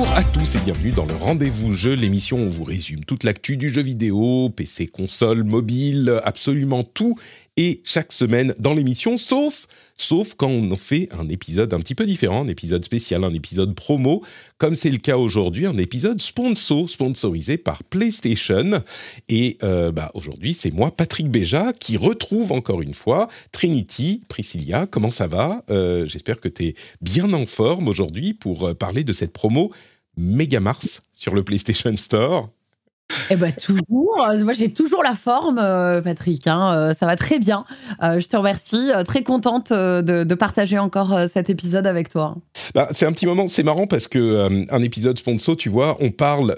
Bonjour à tous et bienvenue dans le Rendez-vous Jeu, l'émission où on vous résume toute l'actu du jeu vidéo, PC, console, mobile, absolument tout. Et chaque semaine dans l'émission, sauf quand on fait un épisode un petit peu différent, un épisode spécial, un épisode promo, comme c'est le cas aujourd'hui, un épisode sponsorisé par PlayStation. Et aujourd'hui, c'est moi, Patrick Béja, qui retrouve encore une fois Trinity. Priscilla, comment ça va ? J'espère que tu es bien en forme aujourd'hui pour parler de cette promo Megamars sur le PlayStation Store. Eh ben toujours, moi j'ai toujours la forme, Patrick, ça va très bien. Je te remercie, très contente de partager encore cet épisode avec toi. C'est un petit moment, c'est marrant parce que un épisode sponsor, tu vois, on parle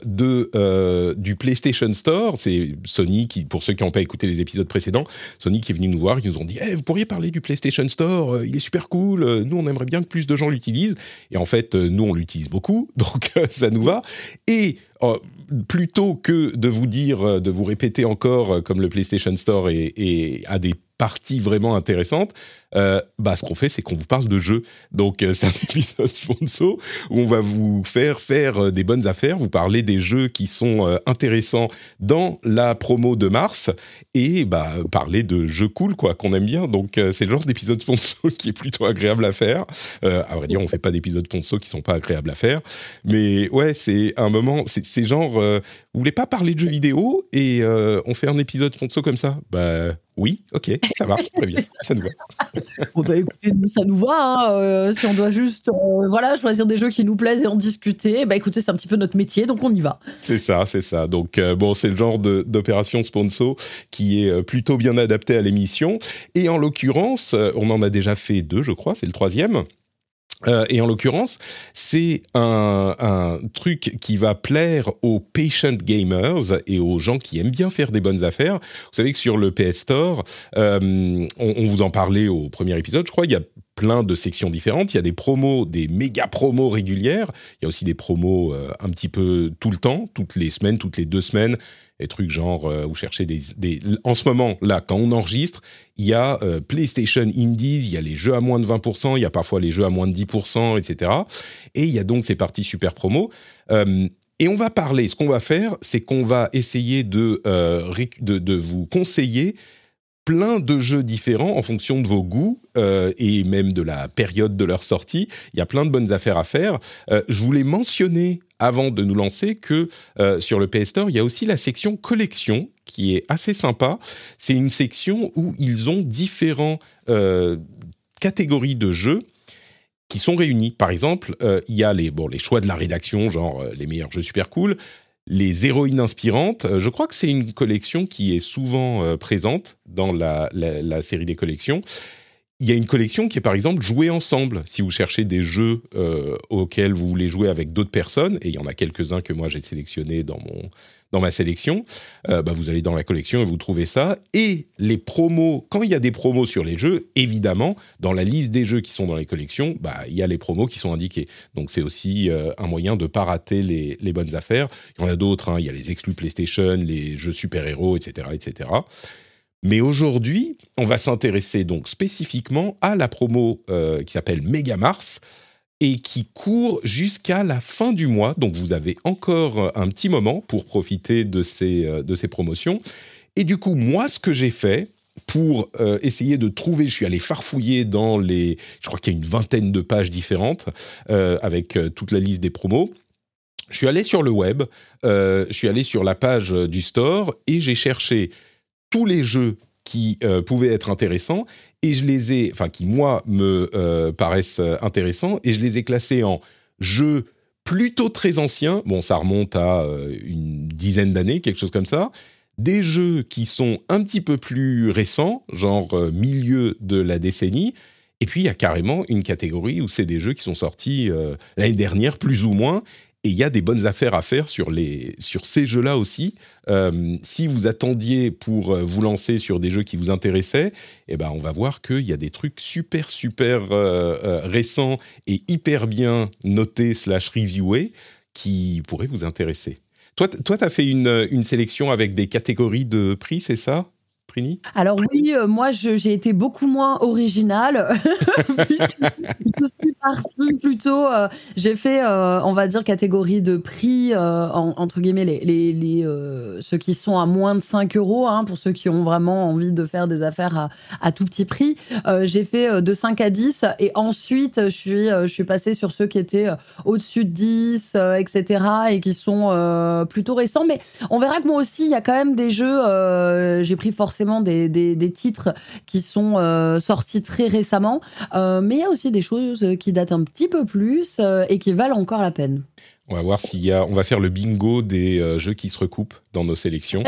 du PlayStation Store. C'est Sony qui, pour ceux qui n'ont pas écouté les épisodes précédents, Sony qui est venu nous voir, ils nous ont dit vous pourriez parler du PlayStation Store, il est super cool, nous on aimerait bien que plus de gens l'utilisent. Et en fait, nous on l'utilise beaucoup, donc ça nous va. Et plutôt que de vous dire, de vous répéter encore comme le PlayStation Store a des parties vraiment intéressantes, ce qu'on fait, c'est qu'on vous parle de jeux. Donc, c'est un épisode sponsor où on va vous faire des bonnes affaires, vous parler des jeux qui sont intéressants dans la promo de mars et parler de jeux cool, quoi, qu'on aime bien. Donc, c'est le genre d'épisode sponsor qui est plutôt agréable à faire. À vrai dire, on fait pas d'épisodes sponsor qui sont pas agréables à faire. Mais ouais, c'est un moment, c'est genre, vous voulez pas parler de jeux vidéo et on fait un épisode sponsor comme ça ? Oui, ok, ça marche, très bien, ça nous va. Écoutez, ça nous va, si on doit juste choisir des jeux qui nous plaisent et en discuter, écoutez, c'est un petit peu notre métier, donc on y va. C'est ça. Donc, c'est le genre d'opération sponsor qui est plutôt bien adapté à l'émission. Et en l'occurrence, on en a déjà fait 2, je crois, c'est le 3e. Et en l'occurrence, c'est un truc qui va plaire aux patient gamers et aux gens qui aiment bien faire des bonnes affaires. Vous savez que sur le PS Store, on vous en parlait au premier épisode, je crois, il y a plein de sections différentes. Il y a des promos, des méga promos régulières. Il y a aussi des promos un petit peu tout le temps, toutes les semaines, toutes les 2 semaines. Des trucs genre, vous cherchez en ce moment, là, quand on enregistre, il y a PlayStation Indies, il y a les jeux à moins de 20%, il y a parfois les jeux à moins de 10%, etc. Et il y a donc ces parties super promos. Et on va parler, ce qu'on va faire, c'est qu'on va essayer de vous conseiller plein de jeux différents en fonction de vos goûts et même de la période de leur sortie. Il y a plein de bonnes affaires à faire. Je voulais mentionner, avant de nous lancer, que sur le PS Store, il y a aussi la section collection qui est assez sympa. C'est une section où ils ont différentes catégories de jeux qui sont réunis. Par exemple, il y a les choix de la rédaction, genre les meilleurs jeux super cool, les héroïnes inspirantes. Je crois que c'est une collection qui est souvent présente dans la série des collections. Il y a une collection qui est par exemple jouer ensemble. Si vous cherchez des jeux auxquels vous voulez jouer avec d'autres personnes, et il y en a quelques-uns que moi j'ai sélectionnés dans ma sélection, vous allez dans la collection et vous trouvez ça. Et les promos, quand il y a des promos sur les jeux, évidemment, dans la liste des jeux qui sont dans les collections, il y a les promos qui sont indiqués. Donc c'est aussi un moyen de ne pas rater les bonnes affaires. Il y en a d'autres, il y a les exclus PlayStation, les jeux super-héros, etc., etc. Mais aujourd'hui, on va s'intéresser donc spécifiquement à la promo qui s'appelle Megamars et qui court jusqu'à la fin du mois. Donc vous avez encore un petit moment pour profiter de ces promotions. Et du coup, moi, ce que j'ai fait pour essayer de trouver, je suis allé farfouiller je crois qu'il y a une 20aine de pages différentes avec toute la liste des promos. Je suis allé sur le web, je suis allé sur la page du store et j'ai cherché tous les jeux qui pouvaient être intéressants et qui moi me paraissent intéressants et je les ai classés en jeux plutôt très anciens, ça remonte à une dizaine d'années, quelque chose comme ça, des jeux qui sont un petit peu plus récents, genre milieu de la décennie, et puis il y a carrément une catégorie où c'est des jeux qui sont sortis l'année dernière, plus ou moins. Et il y a des bonnes affaires à faire sur ces jeux-là aussi. Si vous attendiez pour vous lancer sur des jeux qui vous intéressaient, on va voir qu'il y a des trucs super récents et hyper bien notés / reviewés qui pourraient vous intéresser. Toi, tu as fait une sélection avec des catégories de prix, c'est ça ? Trini? Alors oui, moi j'ai été beaucoup moins originale. Je suis partie plutôt, j'ai fait, on va dire catégorie de prix, entre guillemets ceux qui sont à moins de 5 € hein, pour ceux qui ont vraiment envie de faire des affaires à tout petit prix. J'ai fait, de 5 à 10 et ensuite je suis passée sur ceux qui étaient, au-dessus de 10, et cetera et qui sont, plutôt récents. Mais on verra que moi aussi, il y a quand même des jeux, j'ai pris forcément des titres qui sont sortis très récemment, mais il y a aussi des choses qui datent un petit peu plus et qui valent encore la peine. On va voir on va faire le bingo des jeux qui se recoupent dans nos sélections.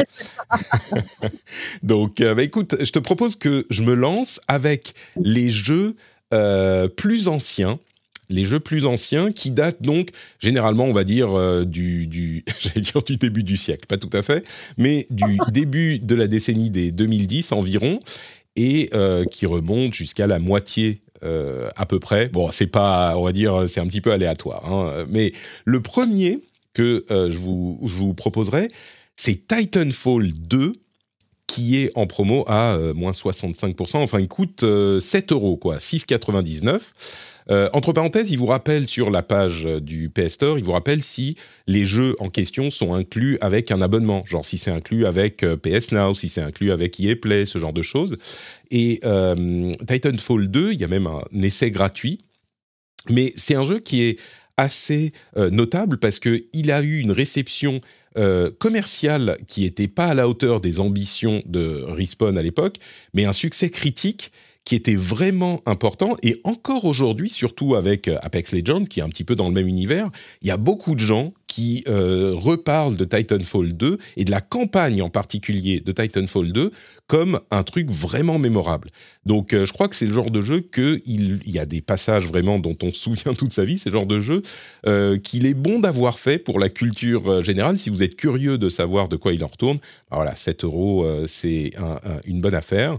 Donc, écoute, je te propose que je me lance avec les jeux plus anciens. Les jeux plus anciens qui datent donc, généralement, on va dire, j'allais dire du début du siècle, pas tout à fait, mais du début de la décennie des 2010 environ, et qui remontent jusqu'à la moitié à peu près. Bon, c'est pas, on va dire, c'est un petit peu aléatoire, hein, mais le premier que je vous proposerai, c'est Titanfall 2, qui est en promo à moins 65%. Enfin, il coûte 7 €, quoi, 6,99 €. Entre parenthèses, il vous rappelle sur la page du PS Store, il vous rappelle si les jeux en question sont inclus avec un abonnement, genre si c'est inclus avec PS Now, si c'est inclus avec EA Play, ce genre de choses. Et Titanfall 2, il y a même un essai gratuit, mais c'est un jeu qui est assez notable parce qu'il a eu une réception commerciale qui n'était pas à la hauteur des ambitions de Respawn à l'époque, mais un succès critique qui était vraiment important. Et encore aujourd'hui, surtout avec Apex Legends, qui est un petit peu dans le même univers, il y a beaucoup de gens qui reparlent de Titanfall 2 et de la campagne en particulier de Titanfall 2 comme un truc vraiment mémorable. Donc je crois que c'est le genre de jeu il y a des passages vraiment dont on se souvient toute sa vie, c'est le genre de jeu qu'il est bon d'avoir fait pour la culture générale. Si vous êtes curieux de savoir de quoi il en retourne, ben voilà, 7 €, c'est une bonne affaire.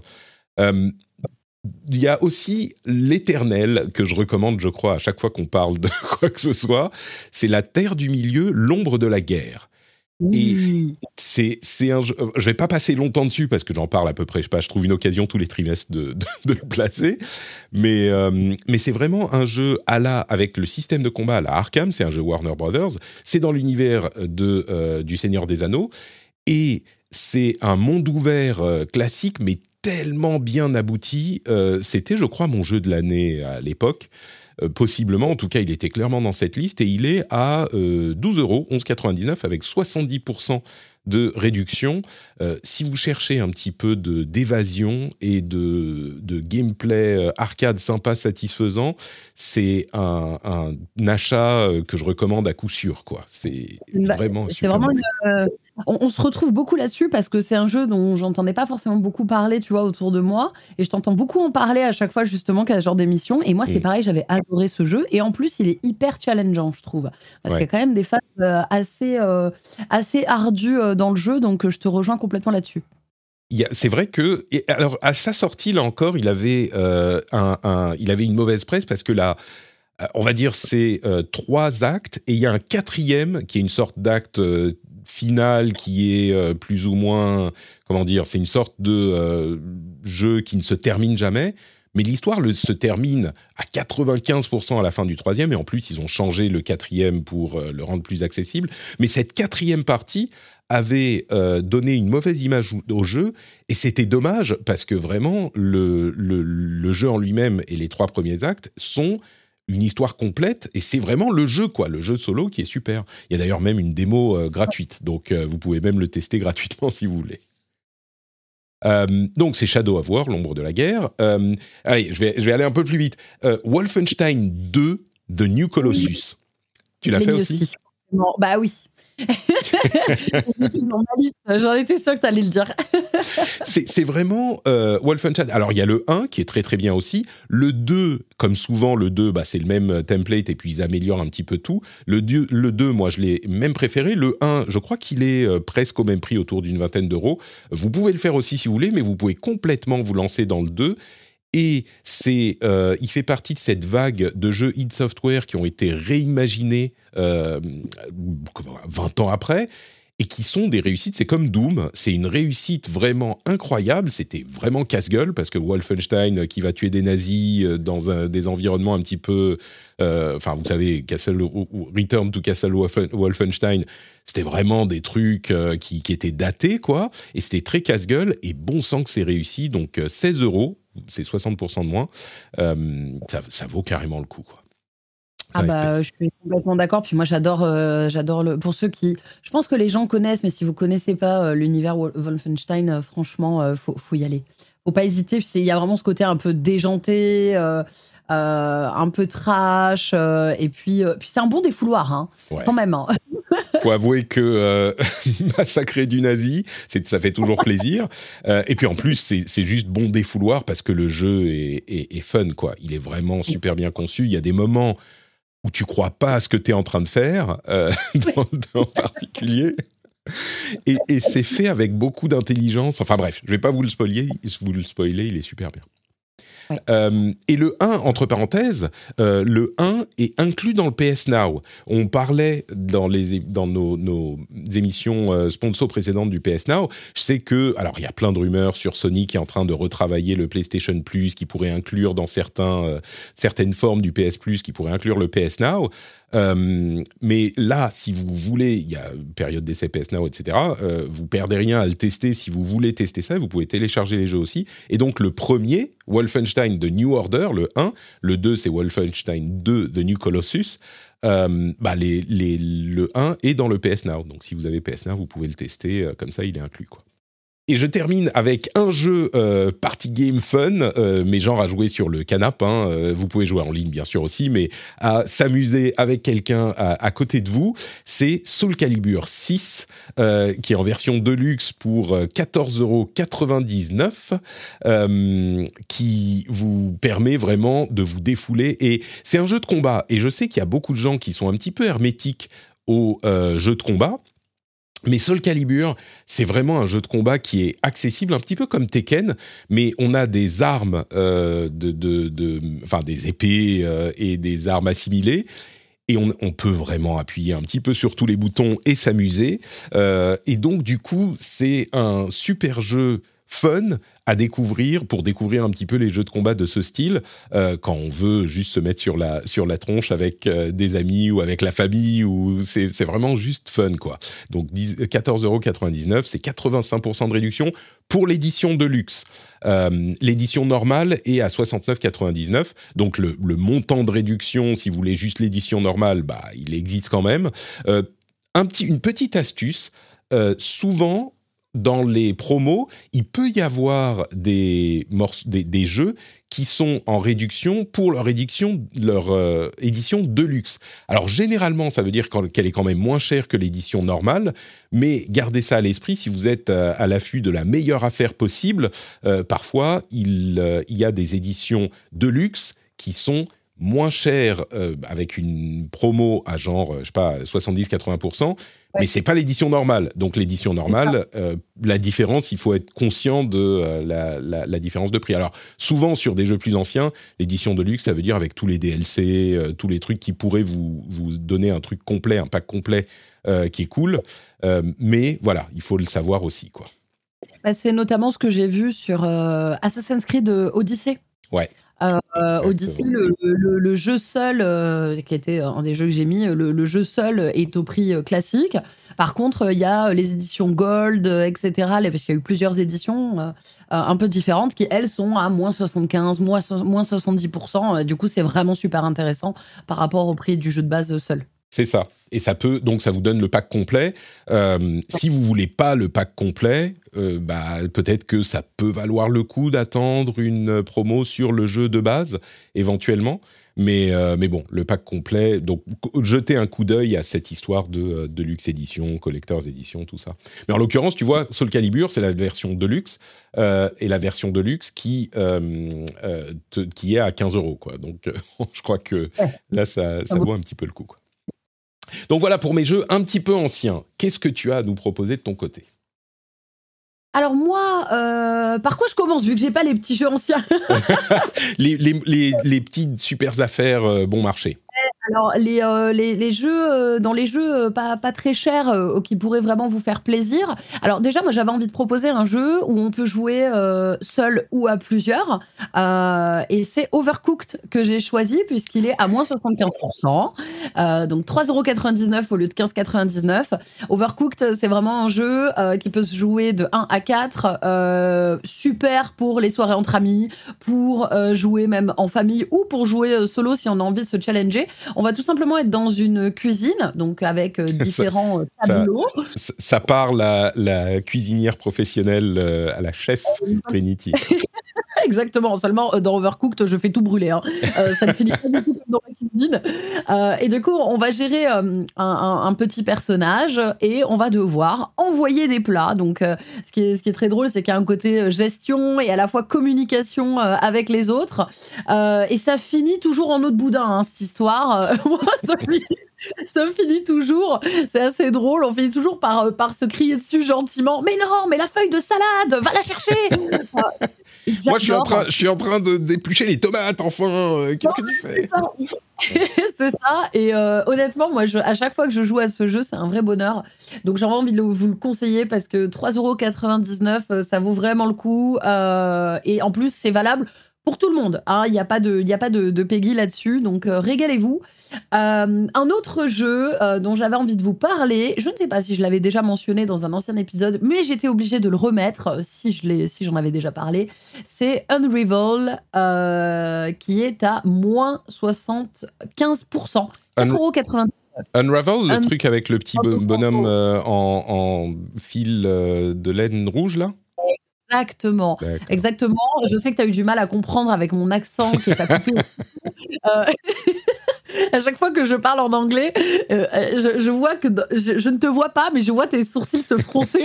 Il y a aussi l'éternel que je recommande, je crois, à chaque fois qu'on parle de quoi que ce soit. C'est La Terre du Milieu, l'ombre de la guerre. Oui. Et c'est un jeu. Je vais pas passer longtemps dessus parce que j'en parle à peu près. Je sais pas, je trouve une occasion tous les trimestres de le placer. Mais c'est vraiment un jeu avec le système de combat à la Arkham. C'est un jeu Warner Brothers. C'est dans l'univers du Seigneur des Anneaux. Et c'est un monde ouvert classique, mais tellement bien abouti. C'était, je crois, mon jeu de l'année à l'époque. Possiblement, en tout cas, il était clairement dans cette liste et il est à 12 €, 11,99 avec 70% de réduction. Si vous cherchez un petit peu d'évasion et de gameplay arcade sympa, satisfaisant, c'est un achat que je recommande à coup sûr, quoi. C'est vraiment C'est super vraiment bon. on se retrouve beaucoup là-dessus parce que c'est un jeu dont j'entendais pas forcément beaucoup parler, tu vois, autour de moi. Et je t'entends beaucoup en parler à chaque fois, justement, qu'il y a ce genre d'émission. Et moi, c'est pareil, j'avais adoré ce jeu. Et en plus, il est hyper challengeant, je trouve. Parce qu'il y a quand même des phases assez ardues dans le jeu. Donc, je te rejoins complètement là-dessus. C'est vrai que, alors à sa sortie, là encore, il avait une mauvaise presse parce que là, on va dire, c'est 3 actes et il y a un 4e qui est une sorte d'acte final qui est plus ou moins, comment dire, c'est une sorte de jeu qui ne se termine jamais. Mais l'histoire se termine à 95% à la fin du 3e, et en plus, ils ont changé le 4e pour le rendre plus accessible. Mais cette 4e partie avait donné une mauvaise image au jeu, et c'était dommage, parce que vraiment, le jeu en lui-même et les 3 premiers actes sont une histoire complète, et c'est vraiment le jeu, quoi, le jeu solo qui est super. Il y a d'ailleurs même une démo gratuite, donc vous pouvez même le tester gratuitement si vous voulez. Donc c'est Shadow of War, l'ombre de la guerre. Allez, je vais aller un peu plus vite. Wolfenstein 2 de New Colossus. Tu l'as fait aussi? Bah oui. Dans ma liste, j'en étais sûre que tu allais le dire. C'est vraiment Wolfenstein. Alors, il y a le 1 qui est très très bien aussi. Le 2, comme souvent, le 2, c'est le même template et puis ils améliorent un petit peu tout. Le 2, moi, je l'ai même préféré. Le 1, je crois qu'il est presque au même prix, autour d'une vingtaine d'euros. Vous pouvez le faire aussi si vous voulez, mais vous pouvez complètement vous lancer dans le 2. Et il fait partie de cette vague de jeux id Software qui ont été réimaginés 20 ans après. et qui sont des réussites. C'est comme Doom, c'est une réussite vraiment incroyable. C'était vraiment casse-gueule parce que Wolfenstein qui va tuer des nazis dans des environnements un petit peu, vous savez, Return to Castle Wolfenstein, c'était vraiment des trucs qui étaient datés, quoi. Et c'était très casse-gueule. Et bon sang que c'est réussi. Donc 16 €, c'est 60% de moins. Ça vaut carrément le coup, quoi. Ah bah, je suis complètement d'accord. Puis moi, j'adore pour ceux qui, je pense que les gens connaissent, mais si vous connaissez pas l'univers Wolfenstein, franchement, faut y aller. Faut pas hésiter. Il y a vraiment ce côté un peu déjanté, un peu trash, et puis c'est un bon défouloir, hein, Ouais. quand même. Hein. Faut avouer que massacrer du nazi, ça fait toujours plaisir. Et puis en plus, c'est juste bon défouloir parce que le jeu est fun, quoi. Il est vraiment super bien conçu. Il y a des moments où tu crois pas à ce que tu es en train de faire, en particulier. Et c'est fait avec beaucoup d'intelligence. Enfin bref, je vais pas vous le spoiler, il est super bien. Ouais. Et le 1, entre parenthèses, le 1 est inclus dans le PS Now. On parlait dans nos émissions sponsor précédentes du PS Now. Je sais que, alors il y a plein de rumeurs sur Sony qui est en train de retravailler le PlayStation Plus, qui pourrait inclure dans certaines formes du PS Plus, qui pourrait inclure le PS Now. Mais là, si vous voulez, il y a période d'essai PS Now, etc. Vous perdez rien à le tester. Si vous voulez tester ça, vous pouvez télécharger les jeux aussi. Et donc le premier, Wolfenstein The New Order, le 1, le 2 c'est Wolfenstein 2 The New Colossus. Le 1 est dans le PS Now. Donc si vous avez PS Now, vous pouvez le tester. Comme ça, il est inclus, quoi. Et je termine avec un jeu party game fun, mais genre à jouer sur le canapé. Vous pouvez jouer en ligne bien sûr aussi, mais à s'amuser avec quelqu'un à côté de vous. C'est Soul Calibur 6, qui est en version deluxe pour 14,99 €, qui vous permet vraiment de vous défouler. Et c'est un jeu de combat. Et je sais qu'il y a beaucoup de gens qui sont un petit peu hermétiques aux jeux de combat. Mais Soul Calibur, c'est vraiment un jeu de combat qui est accessible, un petit peu comme Tekken, mais on a des armes, des épées et des armes assimilées, et on peut vraiment appuyer un petit peu sur tous les boutons et s'amuser. Et donc, du coup, c'est un super jeu fun à découvrir, pour découvrir un petit peu les jeux de combat de ce style, quand on veut juste se mettre sur la tronche avec des amis ou avec la famille, ou c'est vraiment juste fun, quoi. Donc 14,99 €, c'est 85% de réduction pour l'édition de luxe. L'édition normale est à 69,99 €, donc le montant de réduction, si vous voulez juste l'édition normale, il existe quand même. Une petite astuce, souvent dans les promos, il peut y avoir des jeux qui sont en réduction pour leur édition de luxe. Alors généralement, ça veut dire qu'elle est quand même moins chère que l'édition normale, mais gardez ça à l'esprit si vous êtes à l'affût de la meilleure affaire possible. Parfois, il y a des éditions de luxe qui sont moins chères, avec une promo à genre, 70-80%, mais c'est pas l'édition normale. Donc l'édition normale, la différence, il faut être conscient de la différence de prix. Alors souvent sur des jeux plus anciens, l'édition de luxe, ça veut dire avec tous les DLC, tous les trucs qui pourraient vous donner un truc complet, un pack complet qui est cool. Mais voilà, il faut le savoir aussi, quoi. C'est notamment ce que j'ai vu sur Assassin's Creed Odyssey. Ouais. Odyssey, le jeu seul, qui était un des jeux que j'ai mis, le jeu seul est au prix classique. Par contre, il y a les éditions Gold, etc., parce qu'il y a eu plusieurs éditions un peu différentes qui, elles, sont à moins 75, moins 70%. Du coup, c'est vraiment super intéressant par rapport au prix du jeu de base seul. C'est ça. Et ça vous donne le pack complet. Si vous voulez pas le pack complet, peut-être que ça peut valoir le coup d'attendre une promo sur le jeu de base, éventuellement. Mais bon, le pack complet, donc jetez un coup d'œil à cette histoire de Luxe Edition, Collector's Edition, tout ça. Mais en l'occurrence, tu vois, Soul Calibur, c'est la version Deluxe, et la version Deluxe qui est à 15 €, quoi. Donc, je crois que là, ça vaut un petit peu le coup, quoi. Donc voilà pour mes jeux un petit peu anciens. Qu'est-ce que tu as à nous proposer de ton côté ? Alors moi, par quoi je commence vu que j'ai pas les petits jeux anciens? les petites super affaires bon marché. Alors les jeux, dans les jeux, pas très chers, qui pourraient vraiment vous faire plaisir. Alors déjà, moi, j'avais envie de proposer un jeu où on peut jouer, seul ou à plusieurs, et c'est Overcooked que j'ai choisi puisqu'il est à moins 75 donc 3,99 € au lieu de 15,99 €. Overcooked, c'est vraiment un jeu, qui peut se jouer de 1 à 4, super pour les soirées entre amis, pour, jouer même en famille ou pour jouer, solo si on a envie de se challenger. On va tout simplement être dans une cuisine, donc avec ça, différents ça, tableaux. ça parle à la cuisinière professionnelle, à la chef Trinity. Exactement, seulement dans Overcooked, je fais tout brûler. Hein. Ça ne finit pas du tout comme dans la cuisine. Et du coup, on va gérer un petit personnage et on va devoir envoyer des plats. Donc, ce qui est très drôle, c'est qu'il y a un côté gestion et à la fois communication avec les autres. Et ça finit toujours en eau de boudin, hein, cette histoire. Moi, ça finit toujours, c'est assez drôle, on finit toujours par se crier dessus gentiment. Mais non, mais la feuille de salade, va la chercher. Moi, J'adore. je suis en train de d'éplucher les tomates, enfin, qu'est-ce que tu fais? C'est ça. Et honnêtement, moi, à chaque fois que je joue à ce jeu, c'est un vrai bonheur. Donc, j'aurais envie de vous le conseiller parce que 3,99 €, ça vaut vraiment le coup. Et en plus, c'est valable pour tout le monde. Hein. Il y a pas de Peggy là-dessus. Donc, régalez-vous. Un autre jeu dont j'avais envie de vous parler, je ne sais pas si je l'avais déjà mentionné dans un ancien épisode, mais j'étais obligée de le remettre si j'en avais déjà parlé. C'est Unravel qui est à moins 75%, Un- 4,90 €. Unravel, le Un- truc avec le petit bonhomme en fil de laine rouge, là? Exactement, D'accord. exactement. Je sais que tu as eu du mal à comprendre avec mon accent qui est à couper. Euh, À chaque fois que je parle en anglais, je vois que je ne te vois pas, mais je vois tes sourcils se froncer.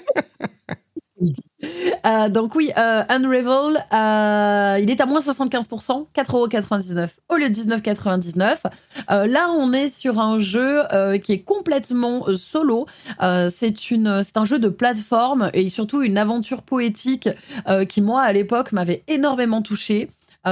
Donc oui, Unravel, il est à moins 75%, 4,99 € au lieu de 19,99 €. Là, on est sur un jeu qui est complètement solo. C'est un jeu de plateforme et surtout une aventure poétique qui, moi, à l'époque, m'avait énormément touchée.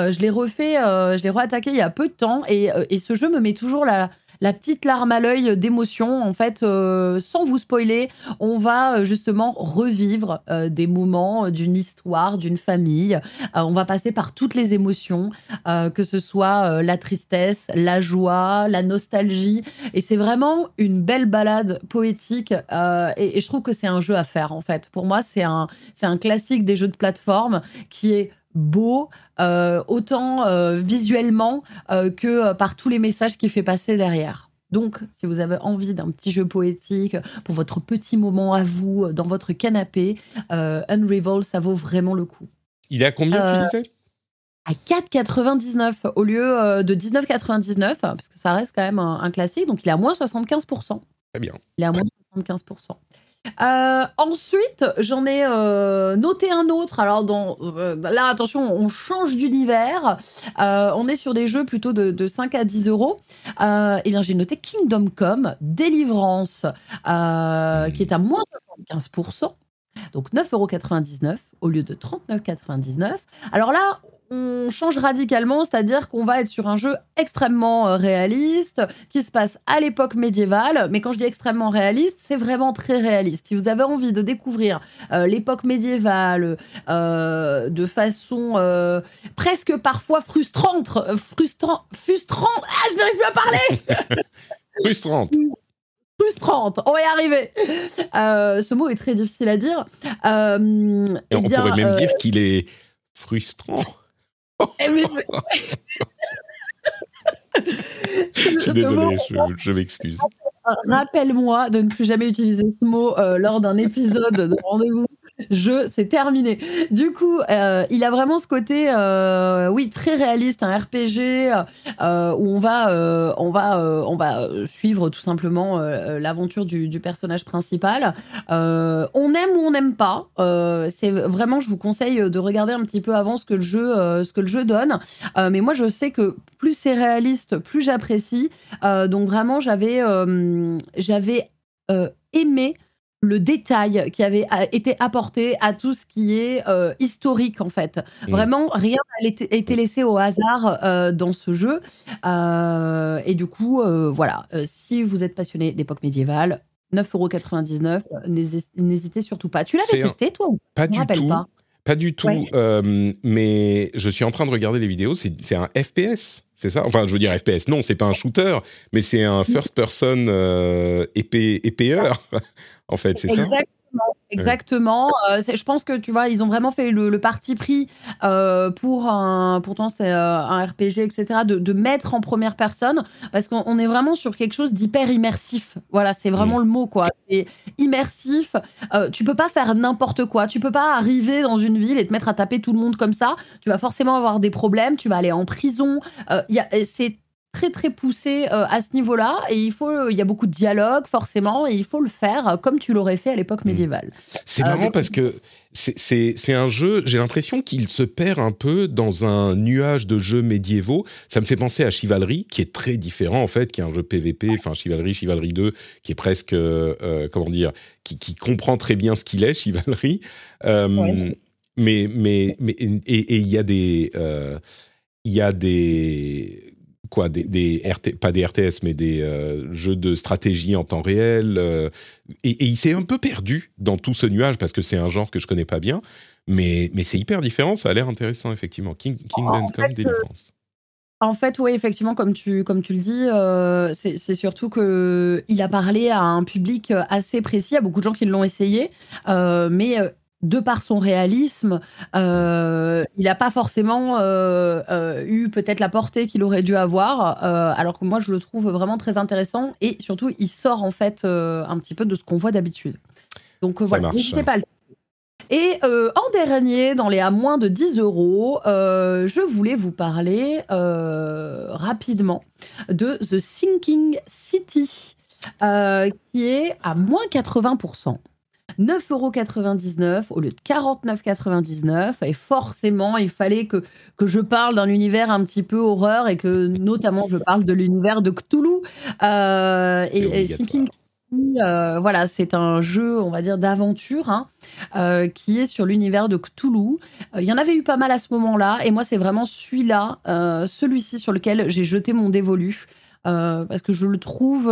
Je l'ai reattaqué il y a peu de temps et ce jeu me met toujours la petite larme à l'œil d'émotion. En fait, sans vous spoiler, on va justement revivre des moments d'une histoire, d'une famille. On va passer par toutes les émotions, que ce soit la tristesse, la joie, la nostalgie. Et c'est vraiment une belle balade poétique. Et je trouve que c'est un jeu à faire, en fait. Pour moi, c'est un classique des jeux de plateforme qui est beau, autant visuellement que par tous les messages qu'il fait passer derrière. Donc, si vous avez envie d'un petit jeu poétique pour votre petit moment à vous, dans votre canapé, Unravel, ça vaut vraiment le coup. Il est à combien, tu Euh, disais? à 4,99 au lieu de 19,99, parce que ça reste quand même un classique, donc il est à moins 75%. Très bien. Il est à moins 75%. Ensuite, j'en ai noté un autre. Alors, là, attention, on change d'univers. On est sur des jeux plutôt de 5 à 10 €. Eh bien, j'ai noté Kingdom Come Deliverance, qui est à moins 75%, donc 9,99 € au lieu de 39,99 €. Alors là, on change radicalement, c'est-à-dire qu'on va être sur un jeu extrêmement réaliste, qui se passe à l'époque médiévale. Mais quand je dis extrêmement réaliste, c'est vraiment très réaliste. Si vous avez envie de découvrir l'époque médiévale de façon presque parfois frustrante, ah, je n'arrive plus à parler. Frustrante. Frustrante, on va y arriver. Ce mot est très difficile à dire. Et Eh on bien, pourrait même dire qu'il est frustrant. eh, mais Je suis ce mot, désolé, je m'excuse. rappelle-moi de ne plus jamais utiliser ce mot lors d'un épisode de rendez-vous. C'est terminé. Du coup, il a vraiment ce côté, oui, très réaliste, un RPG où on va suivre tout simplement l'aventure du personnage principal. On aime ou on n'aime pas. C'est vraiment, je vous conseille de regarder un petit peu avant ce que le jeu donne. Mais moi, je sais que plus c'est réaliste, plus j'apprécie. Donc vraiment, j'avais aimé le détail qui avait été apporté à tout ce qui est historique en fait. Vraiment, rien n'a été laissé au hasard dans ce jeu. Et du coup, voilà, si vous êtes passionné d'époque médiévale, 9,99 €, n'hésitez surtout pas. Tu l'avais testé toi ou pas je me du rappelle tout. pas. Pas du tout, mais je suis en train de regarder les vidéos, c'est un FPS, c'est ça? Enfin, je veux dire FPS, non, c'est pas un shooter, mais c'est un first person épéeur, en fait, c'est ça? Exactement. Je pense que tu vois, ils ont vraiment fait le parti pris pourtant c'est un RPG, etc., de mettre en première personne parce qu'on est vraiment sur quelque chose d'hyper immersif. Voilà, c'est vraiment le mot, quoi. C'est immersif. Tu peux pas faire n'importe quoi. Tu peux pas arriver dans une ville et te mettre à taper tout le monde comme ça. Tu vas forcément avoir des problèmes. Tu vas aller en prison. C'est très très poussé à ce niveau-là et il y a beaucoup de dialogue forcément et il faut le faire comme tu l'aurais fait à l'époque médiévale. C'est marrant parce que c'est un jeu, j'ai l'impression qu'il se perd un peu dans un nuage de jeux médiévaux. Ça me fait penser à Chivalry, qui est très différent en fait, qui est un jeu PVP, enfin Chivalry 2, qui est presque, comment dire, qui comprend très bien ce qu'il est, Chivalry. Mais il y a des... pas des RTS, mais des jeux de stratégie en temps réel. Et il s'est un peu perdu dans tout ce nuage parce que c'est un genre que je connais pas bien. Mais c'est hyper différent, ça a l'air intéressant, effectivement. Kingdom Come Deliverance. En fait, oui, effectivement, comme tu le dis, c'est surtout qu'il a parlé à un public assez précis. Il y a beaucoup de gens qui l'ont essayé, mais de par son réalisme, il n'a pas forcément eu peut-être la portée qu'il aurait dû avoir, alors que moi, je le trouve vraiment très intéressant et surtout, il sort en fait un petit peu de ce qu'on voit d'habitude. Donc voilà, n'hésitez pas à le faire. Et en dernier, dans les à moins de 10 €, je voulais vous parler rapidement de The Sinking City, qui est à moins 80%. 9,99 € au lieu de 49,99 €. Et forcément, il fallait que je parle d'un univers un petit peu horreur et que notamment je parle de l'univers de Cthulhu. Et Sinking City, voilà, c'est un jeu, on va dire, d'aventure qui est sur l'univers de Cthulhu. Il y en avait eu pas mal à ce moment-là. Et moi, c'est vraiment celui-ci sur lequel j'ai jeté mon dévolu. Parce que je le trouve...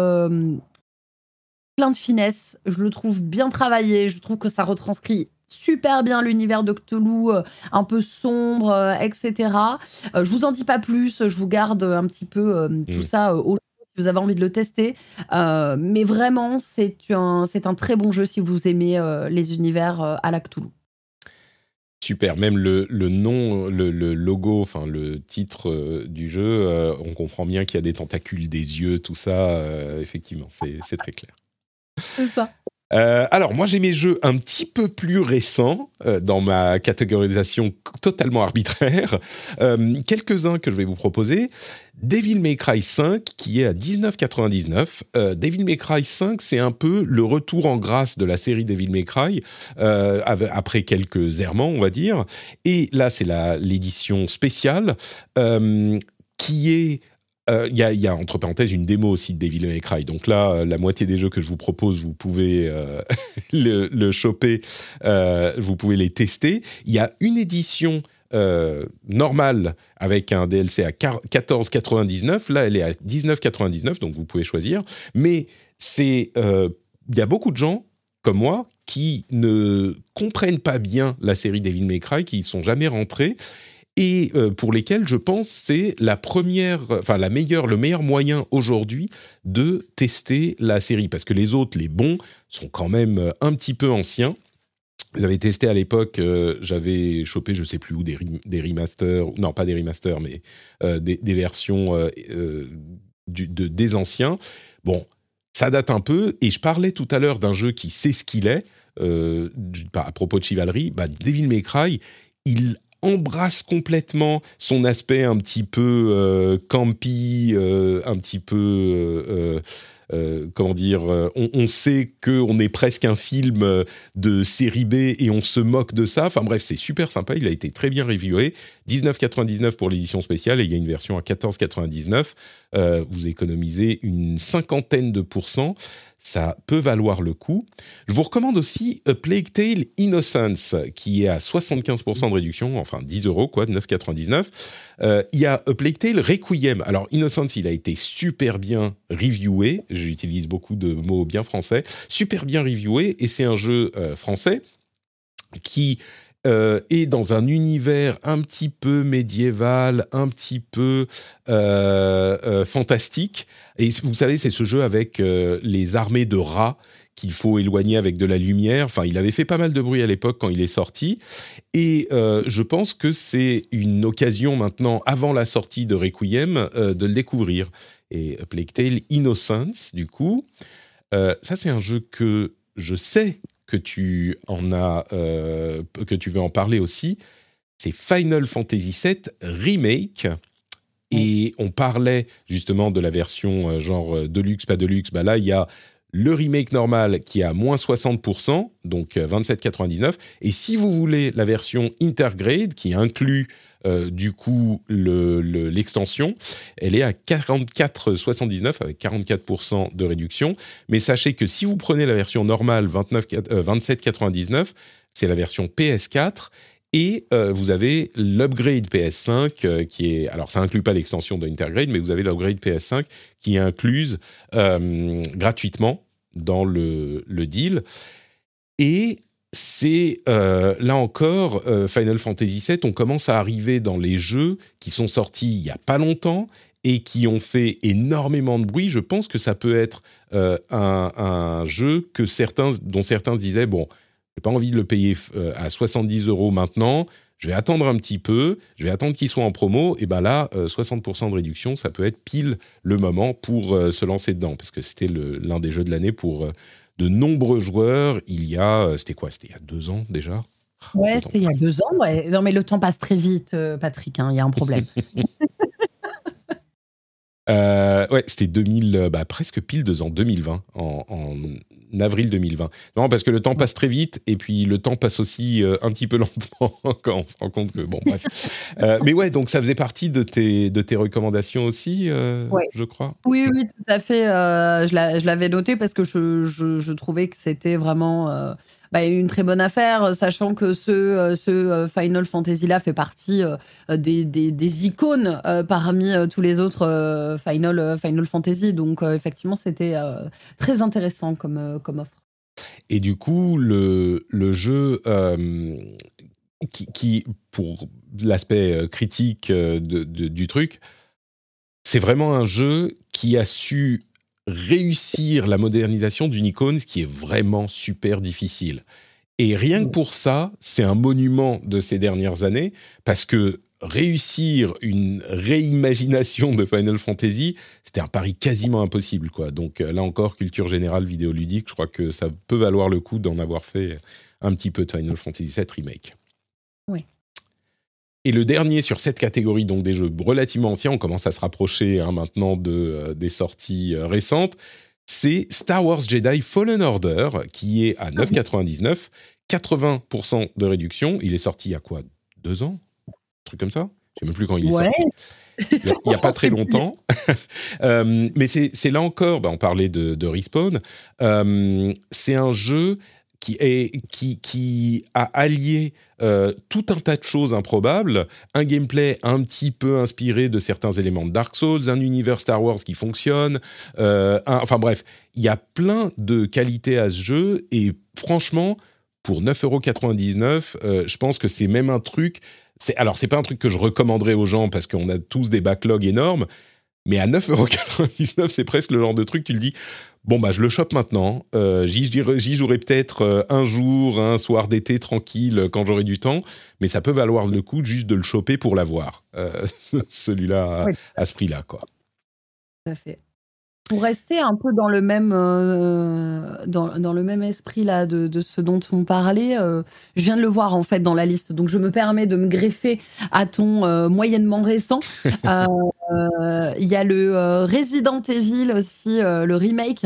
plein de finesse, je le trouve bien travaillé, je trouve que ça retranscrit super bien l'univers de Cthulhu, un peu sombre, etc. Je vous en dis pas plus, je vous garde un petit peu tout ça au chaud si vous avez envie de le tester. Mais vraiment, c'est un très bon jeu si vous aimez les univers à la Cthulhu. Super, même le nom, le logo, enfin le titre du jeu, on comprend bien qu'il y a des tentacules, des yeux, tout ça, effectivement, c'est très clair. C'est ça. Alors, moi, j'ai mes jeux un petit peu plus récents dans ma catégorisation totalement arbitraire. Quelques-uns que je vais vous proposer. Devil May Cry 5, qui est à 19,99 €. Devil May Cry 5, c'est un peu le retour en grâce de la série Devil May Cry, après quelques errements, on va dire. Et là, c'est l'édition spéciale, qui est... Il y a entre parenthèses une démo aussi de Devil May Cry. Donc là, la moitié des jeux que je vous propose, vous pouvez le choper, vous pouvez les tester. Il y a une édition normale avec un DLC à 14,99 €. Là, elle est à 19,99 €, donc vous pouvez choisir. Mais il y a beaucoup de gens comme moi qui ne comprennent pas bien la série Devil May Cry, qui y sont jamais rentrés. Et pour lesquels, je pense, c'est le meilleur moyen aujourd'hui de tester la série. Parce que les autres, les bons, sont quand même un petit peu anciens. Vous avez testé à l'époque, j'avais chopé, je sais plus où, des remasters, non pas des remasters, mais des versions des anciens. Bon, ça date un peu, et je parlais tout à l'heure d'un jeu qui sait ce qu'il est, à propos de Chivalry, Devil May Cry, il embrasse complètement son aspect un petit peu campy, un petit peu... comment dire, on sait qu'on est presque un film de série B et on se moque de ça. Enfin bref, c'est super sympa, il a été très bien reviewé. 19,99 € pour l'édition spéciale et il y a une version à 14,99 €. Vous économisez une 50%. ça peut valoir le coup. Je vous recommande aussi A Plague Tale Innocence, qui est à 75% de réduction, enfin 10 €, quoi, 9,99. Il y a A Plague Tale Requiem. Alors, Innocence, il a été super bien reviewé. J'utilise beaucoup de mots bien français. Super bien reviewé, et c'est un jeu français qui est dans un univers un petit peu médiéval, un petit peu fantastique. Et vous savez, c'est ce jeu avec les armées de rats qu'il faut éloigner avec de la lumière. Enfin, il avait fait pas mal de bruit à l'époque quand il est sorti. Et je pense que c'est une occasion maintenant, avant la sortie de Requiem, de le découvrir. Et A Plague Tale Innocence, du coup, ça c'est un jeu que je sais que tu veux en parler aussi. C'est Final Fantasy VII Remake. Et on parlait justement de la version genre Deluxe, pas Deluxe. Bah là, il y a le remake normal qui est à moins 60%, donc 27,99. Et si vous voulez la version Intergrade, qui inclut du coup l'extension, elle est à 44,79 avec 44% de réduction. Mais sachez que si vous prenez la version normale 27,99, c'est la version PS4. Et vous avez l'upgrade PS5 qui est... Alors, ça inclut pas l'extension de Intergrade, mais vous avez l'upgrade PS5 qui est incluse gratuitement dans le deal. Et c'est, là encore, Final Fantasy VII, on commence à arriver dans les jeux qui sont sortis il y a pas longtemps et qui ont fait énormément de bruit. Je pense que ça peut être un jeu dont certains se disaient, bon, j'ai pas envie de le payer à 70 € maintenant, je vais attendre un petit peu, je vais attendre qu'il soit en promo, et ben là, 60% de réduction, ça peut être pile le moment pour se lancer dedans, parce que c'était l'un des jeux de l'année pour de nombreux joueurs. C'était il y a 2 ans déjà? Ouais, c'était il y a 2 ans. Ouais. Non, mais le temps passe très vite, Patrick, il y a un problème. Ouais, c'était presque pile 2 ans, 2020, en avril 2020. Non, parce que le temps passe très vite, et puis le temps passe aussi un petit peu lentement quand on se rend compte que... Bon, bref. Mais ouais, donc ça faisait partie de tes recommandations aussi, Ouais. je crois. Oui, tout à fait. Je l'avais noté parce que je trouvais que c'était vraiment une très bonne affaire, sachant que ce Final Fantasy-là fait partie des icônes parmi tous les autres Final Fantasy. Donc, effectivement, c'était très intéressant comme offre. Et du coup, le jeu qui, pour l'aspect critique du truc, c'est vraiment un jeu qui a su réussir la modernisation d'une icône, ce qui est vraiment super difficile. Et rien que pour ça, c'est un monument de ces dernières années, parce que réussir une réimagination de Final Fantasy, c'était un pari quasiment impossible, quoi. Donc là encore, culture générale vidéoludique, je crois que ça peut valoir le coup d'en avoir fait un petit peu de Final Fantasy VII Remake. Oui. Et le dernier sur cette catégorie, donc des jeux relativement anciens, on commence à se rapprocher maintenant des sorties récentes, c'est Star Wars Jedi Fallen Order, qui est à 9,99, 80% de réduction. Il est sorti il y a quoi, 2 ans ? Un truc comme ça ? Je ne sais même plus quand il est sorti. Il n'y a pas très longtemps. Mais c'est là encore, on parlait de Respawn, c'est un jeu qui a allié tout un tas de choses improbables, un gameplay un petit peu inspiré de certains éléments de Dark Souls, un univers Star Wars qui fonctionne, enfin bref, il y a plein de qualités à ce jeu, et franchement, pour 9,99 €, je pense que c'est même un truc... Alors, c'est pas un truc que je recommanderais aux gens parce qu'on a tous des backlogs énormes, mais à 9,99 €, c'est presque le genre de truc, tu le dis... Bon, je le chope maintenant. J'y jouerai peut-être un jour, un soir d'été tranquille quand j'aurai du temps, mais ça peut valoir le coup juste de le choper pour l'avoir. Celui-là, oui, à ce prix-là, quoi. Tout à fait. Pour rester un peu dans le même, dans le même esprit là, de ce dont on parlait, je viens de le voir en fait dans la liste, donc je me permets de me greffer à ton moyennement récent. Il y a le Resident Evil aussi, le remake.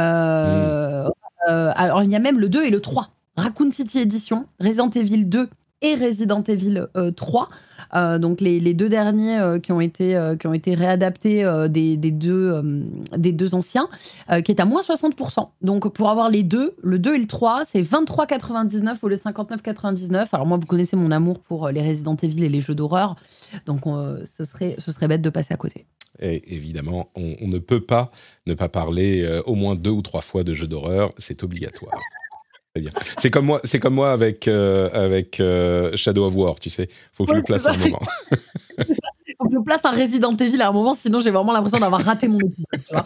Alors il y a même le 2 et le 3. Raccoon City Edition, Resident Evil 2 et Resident Evil 3. Donc les deux derniers qui ont été réadaptés des deux anciens, qui est à moins 60%. Donc pour avoir les deux, le 2 et le 3, c'est 23,99 au lieu de 59,99. Alors moi, vous connaissez mon amour pour les Resident Evil et les jeux d'horreur, donc ce serait bête de passer à côté. Et évidemment, on ne peut pas ne pas parler au moins 2 ou 3 fois de jeux d'horreur, c'est obligatoire. Très bien. C'est comme moi avec Shadow of War, tu sais. Faut que je le place à un moment. Faut que je place un Resident Evil à un moment, sinon j'ai vraiment l'impression d'avoir raté mon épisode, tu vois.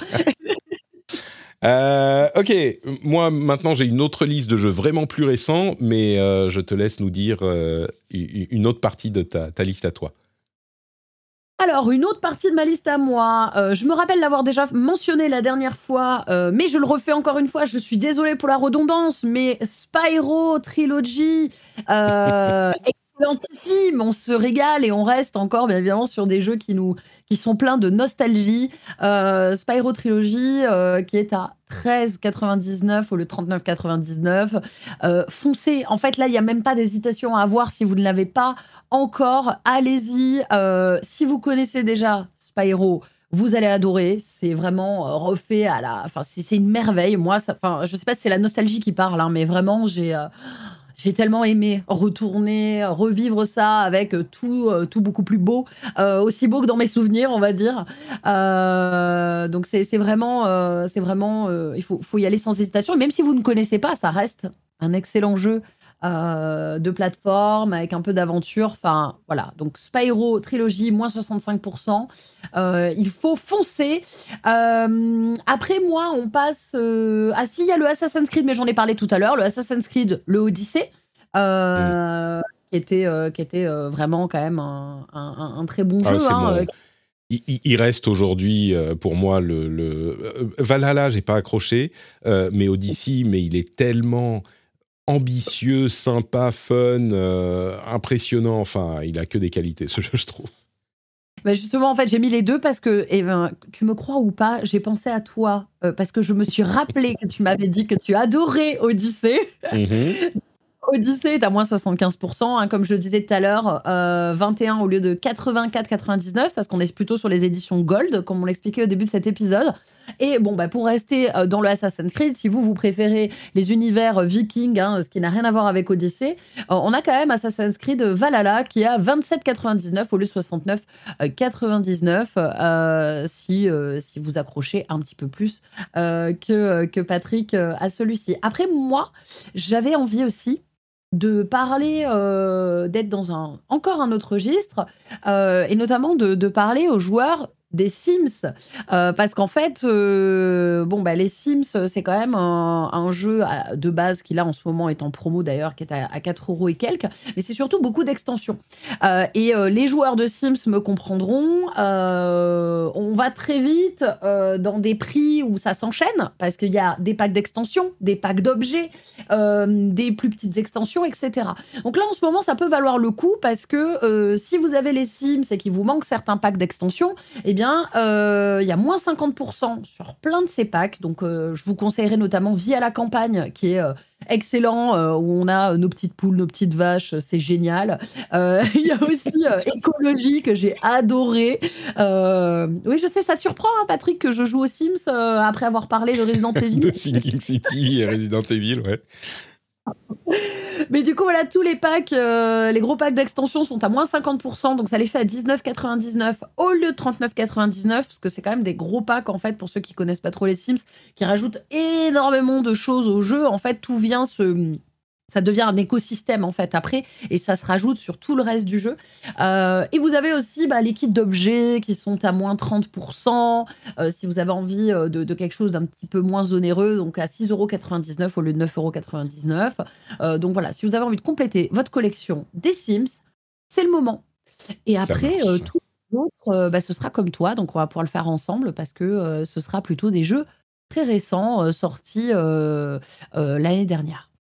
Ok, moi maintenant j'ai une autre liste de jeux vraiment plus récents, mais je te laisse nous dire une autre partie de ta liste à toi. Alors, une autre partie de ma liste à moi, je me rappelle l'avoir déjà mentionné la dernière fois, mais je le refais encore une fois, je suis désolée pour la redondance, mais Spyro Trilogy, excellentissime, on se régale et on reste encore bien évidemment sur des jeux qui sont pleins de nostalgie. Spyro Trilogy, qui est à 13,99 au lieu de 39,99. Foncez, en fait là il y a même pas d'hésitation à avoir si vous ne l'avez pas encore, allez-y. Si vous connaissez déjà Spyro, vous allez adorer. C'est vraiment refait à la. Enfin, c'est une merveille. Moi, je sais pas si c'est la nostalgie qui parle, hein, mais vraiment, j'ai tellement aimé retourner, revivre ça avec tout beaucoup plus beau, aussi beau que dans mes souvenirs, on va dire. Donc c'est vraiment, il faut y aller sans hésitation. Et même si vous ne connaissez pas, ça reste un excellent jeu de plateforme avec un peu d'aventure. Enfin voilà. Donc Spyro Trilogy moins 65%. Il faut foncer. Après moi, on passe. Ah si, il y a le Assassin's Creed, mais j'en ai parlé tout à l'heure. Le Assassin's Creed, le Odyssey, qui était vraiment quand même un très bon jeu. Bon. Il reste aujourd'hui pour moi Valhalla, j'ai pas accroché, mais Odyssey, mais il est tellement ambitieux, sympa, fun, impressionnant. Enfin, il a que des qualités, ce jeu, je trouve. Bah justement, en fait, j'ai mis les deux parce que, tu me crois ou pas, j'ai pensé à toi parce que je me suis rappelé que tu m'avais dit que tu adorais Odyssey. Odyssey est à moins 75%, hein, comme je le disais tout à l'heure, 21 au lieu de 84,99, parce qu'on est plutôt sur les éditions Gold, comme on l'expliquait au début de cet épisode. Et bon, pour rester dans le Assassin's Creed, si vous préférez les univers vikings, hein, ce qui n'a rien à voir avec Odyssey, on a quand même Assassin's Creed Valhalla qui est à 27,99 au lieu de 69,99, si vous accrochez un petit peu plus que Patrick à celui-ci. Après, moi, j'avais envie aussi de parler, d'être dans encore un autre registre, et notamment de parler aux joueurs des Sims. Parce qu'en fait, les Sims, c'est quand même un jeu de base qui, là, en ce moment, est en promo d'ailleurs, qui est à 4 € et quelques, mais c'est surtout beaucoup d'extensions. Et les joueurs de Sims me comprendront, on va très vite dans des prix où ça s'enchaîne, parce qu'il y a des packs d'extensions, des packs d'objets, des plus petites extensions, etc. Donc là, en ce moment, ça peut valoir le coup, parce que si vous avez les Sims et qu'il vous manque certains packs d'extensions, eh bien, il y a moins 50% sur plein de ces packs. Donc, je vous conseillerais notamment Vie à la campagne, qui est excellent, où on a nos petites poules, nos petites vaches, c'est génial. Il y a aussi Écologie, que j'ai adoré. Oui, je sais, ça te surprend, hein, Patrick, que je joue aux Sims après avoir parlé de Resident Evil. De Sinking City et Resident Evil, ouais. Mais du coup, voilà, tous les packs, les gros packs d'extension sont à moins 50%, donc ça les fait à 19,99 au lieu de 39,99, parce que c'est quand même des gros packs, en fait, pour ceux qui connaissent pas trop les Sims, qui rajoutent énormément de choses au jeu. En fait, ça devient un écosystème, en fait, après, et ça se rajoute sur tout le reste du jeu. Et vous avez aussi les kits d'objets qui sont à moins 30%, si vous avez envie de quelque chose d'un petit peu moins onéreux, donc à 6,99 € au lieu de 9,99 €. Donc voilà, si vous avez envie de compléter votre collection des Sims, c'est le moment. Et après, tout l'autre, ce sera comme toi, donc on va pouvoir le faire ensemble, parce que ce sera plutôt des jeux très récents, sortis l'année dernière.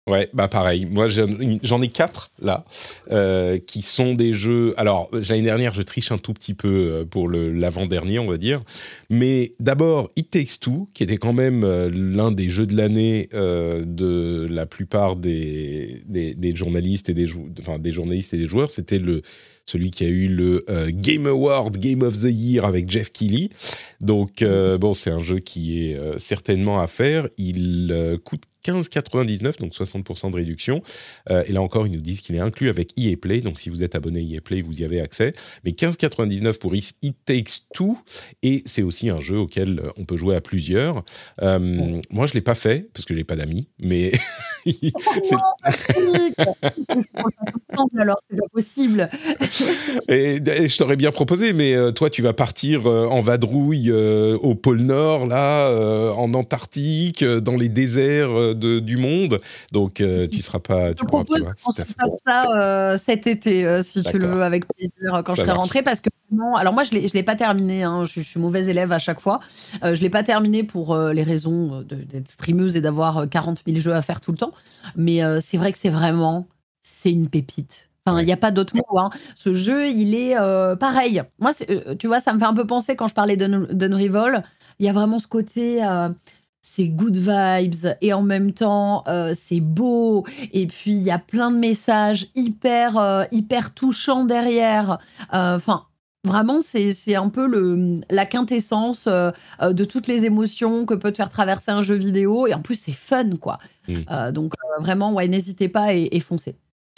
Ouais, bah pareil. Moi, j'en ai 4 là, qui sont des jeux. Alors, l'année dernière, je triche un tout petit peu pour l'avant-dernier, on va dire. Mais d'abord, It Takes Two, qui était quand même l'un des jeux de l'année de la plupart des journalistes et des journalistes et des joueurs. C'était celui qui a eu le Game Award, Game of the Year avec Jeff Keighley. Donc, bon, c'est un jeu qui est certainement à faire. Il coûte 15,99, donc 60% de réduction. Et là encore, ils nous disent qu'il est inclus avec EA Play. Donc, si vous êtes abonné EA Play, vous y avez accès. Mais 15,99 pour It Takes Two. Et c'est aussi un jeu auquel on peut jouer à plusieurs. Moi, je ne l'ai pas fait, parce que je n'ai pas d'amis. Mais Non, Patrick! Alors, c'est pas possible. Et je t'aurais bien proposé, mais toi, tu vas partir en vadrouille au pôle Nord, là, en Antarctique, dans les déserts du monde. Donc, tu seras pas. Je te propose qu'on se fasse ça cet été, si tu le veux, avec plaisir, quand je serai rentrée. Parce que vraiment, alors moi, je l'ai pas terminé. Hein, je suis mauvaise élève à chaque fois. Je l'ai pas terminé pour les raisons d'être streameuse et d'avoir 40 000 jeux à faire tout le temps. Mais c'est vrai que c'est une pépite. Enfin, il n'y a pas d'autre mot. Hein. Ce jeu, il est pareil. Moi, tu vois, ça me fait un peu penser quand je parlais d'Unravel. Il y a vraiment ce côté, c'est good vibes et en même temps, c'est beau. Et puis, il y a plein de messages hyper touchants derrière. Enfin, vraiment, c'est un peu la quintessence de toutes les émotions que peut te faire traverser un jeu vidéo. Et en plus, c'est fun, quoi. Donc, vraiment, ouais, n'hésitez pas et foncez.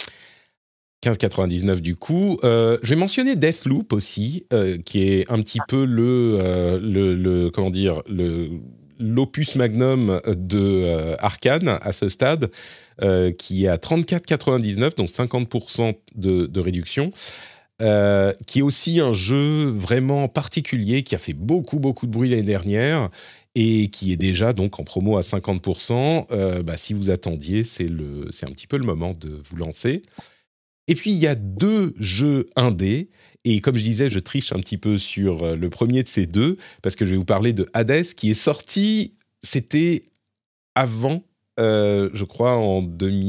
15,99 du coup. Je vais mentionner Deathloop aussi, qui est un petit peu comment dire, l'opus magnum de Arcane à ce stade, qui est à 34,99, donc 50% de réduction. Qui est aussi un jeu vraiment particulier, qui a fait beaucoup de bruit l'année dernière et qui est déjà donc en promo à 50%. Si vous attendiez, c'est un petit peu le moment de vous lancer. Et puis, il y a 2 jeux indés. Et comme je disais, je triche un petit peu sur le premier de ces 2, parce que je vais vous parler de Hades, qui est sorti, c'était avant, je crois, en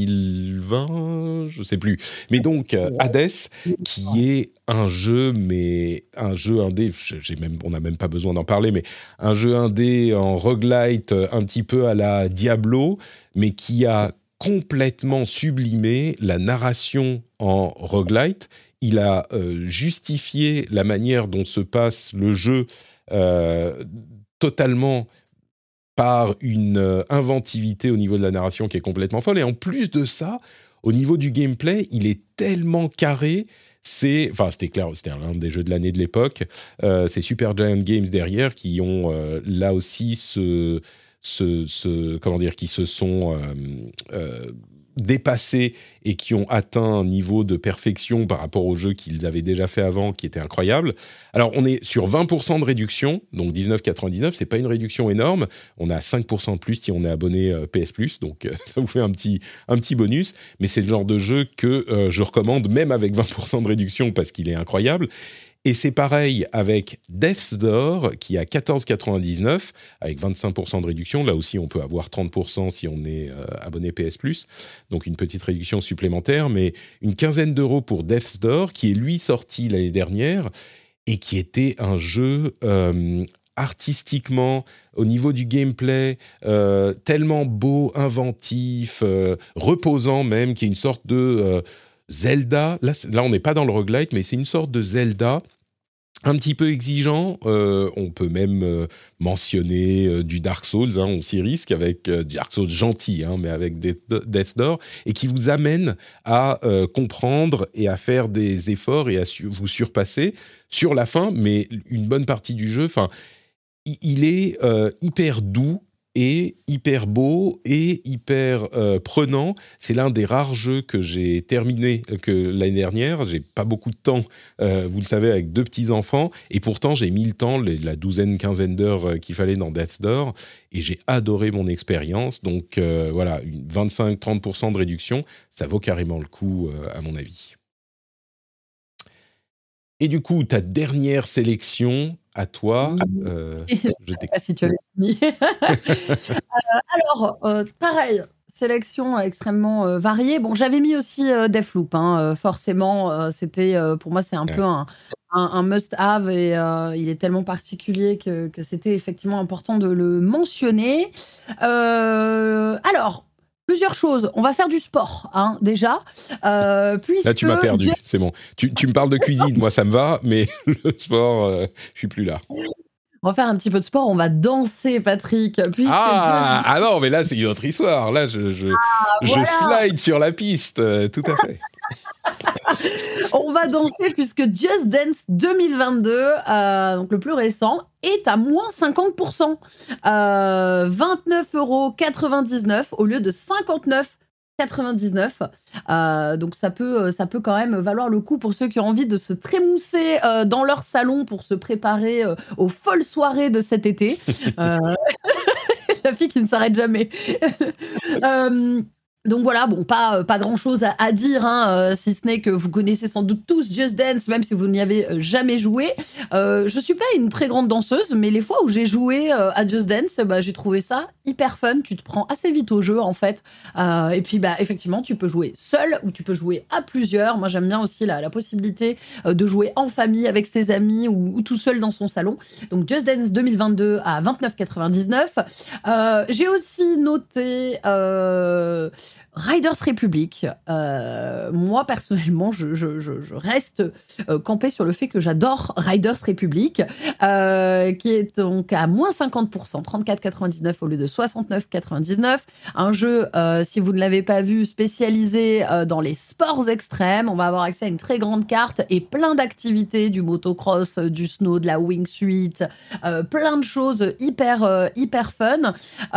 2020, je ne sais plus. Mais donc, Hades, qui est un jeu indé, on n'a même pas besoin d'en parler, mais un jeu indé en roguelite, un petit peu à la Diablo, mais qui a complètement sublimé la narration en roguelite. Il a justifié la manière dont se passe le jeu totalement par une inventivité au niveau de la narration qui est complètement folle. Et en plus de ça, au niveau du gameplay, il est tellement carré. C'était clair, c'était l'un des jeux de l'année de l'époque. C'est Supergiant Games derrière qui ont là aussi comment dire, qui se sont dépassés et qui ont atteint un niveau de perfection par rapport aux jeux qu'ils avaient déjà fait avant, qui était incroyable. Alors, on est sur 20% de réduction, donc 19,99, c'est pas une réduction énorme. On a 5% de plus si on est abonné PS Plus, donc ça vous fait un petit bonus. Mais c'est le genre de jeu que je recommande, même avec 20% de réduction, parce qu'il est incroyable. Et c'est pareil avec Death's Door, qui a 14,99, avec 25% de réduction. Là aussi, on peut avoir 30% si on est abonné PS Plus, donc une petite réduction supplémentaire, mais une quinzaine d'euros pour Death's Door, qui est lui sorti l'année dernière, et qui était un jeu artistiquement, au niveau du gameplay, tellement beau, inventif, reposant même, qui est une sorte de Zelda. Là, on n'est pas dans le roguelite, mais c'est une sorte de Zelda un petit peu exigeant. On peut même mentionner du Dark Souls, hein, on s'y risque, avec du Dark Souls gentil, hein, mais avec Death's Door, et qui vous amène à comprendre et à faire des efforts et à vous surpasser sur la fin, mais une bonne partie du jeu, il est hyper doux et hyper beau et hyper prenant. C'est l'un des rares jeux que j'ai terminé l'année dernière. J'ai pas beaucoup de temps, vous le savez, avec 2 petits-enfants. Et pourtant, j'ai mis le temps, la quinzaine d'heures qu'il fallait dans Death's Door. Et j'ai adoré mon expérience. Donc voilà, 25-30% de réduction, ça vaut carrément le coup, à mon avis. Et du coup, ta dernière sélection à toi. Je ne sais pas si tu avais fini. Alors, pareil, sélection extrêmement variée. Bon, j'avais mis aussi Deathloop, hein, forcément. C'était, pour moi, c'est un peu Ouais. un must-have et il est tellement particulier que c'était effectivement important de le mentionner. Alors, plusieurs choses. On va faire du sport, hein, déjà, Là, tu puisque m'as perdu, c'est bon. Tu me parles de cuisine, moi ça me va, mais le sport, je suis plus là. on va faire un petit peu de sport. On va danser, Patrick, puisque Just Ah, ah non, mais là c'est une autre histoire. Là, je voilà, slide sur la piste, tout à fait. on va danser puisque Just Dance 2022, donc le plus récent, est à moins 50%. 29,99 € au lieu de 59,99 €. Donc ça peut quand même valoir le coup pour ceux qui ont envie de se trémousser dans leur salon pour se préparer aux folles soirées de cet été. Euh, la fille qui ne s'arrête jamais. Euh, donc voilà, bon, pas grand-chose à dire, hein, si ce n'est que vous connaissez sans doute tous Just Dance, même si vous n'y avez jamais joué. Je suis pas une très grande danseuse, mais les fois où j'ai joué à Just Dance, bah, j'ai trouvé ça hyper fun. Tu te prends assez vite au jeu, en fait. Et puis, bah, effectivement, tu peux jouer seul ou tu peux jouer à plusieurs. Moi, j'aime bien aussi la possibilité de jouer en famille avec ses amis ou tout seul dans son salon. Donc, Just Dance 2022 à 29,99 €. J'ai aussi noté Riders Republic. Moi, personnellement, je reste campée sur le fait que j'adore Riders Republic, qui est donc à moins 50%, 34,99 € au lieu de 69,99 €. Un jeu, si vous ne l'avez pas vu, spécialisé dans les sports extrêmes. On va avoir accès à une très grande carte et plein d'activités, du motocross, du snow, de la wingsuit, plein de choses hyper fun.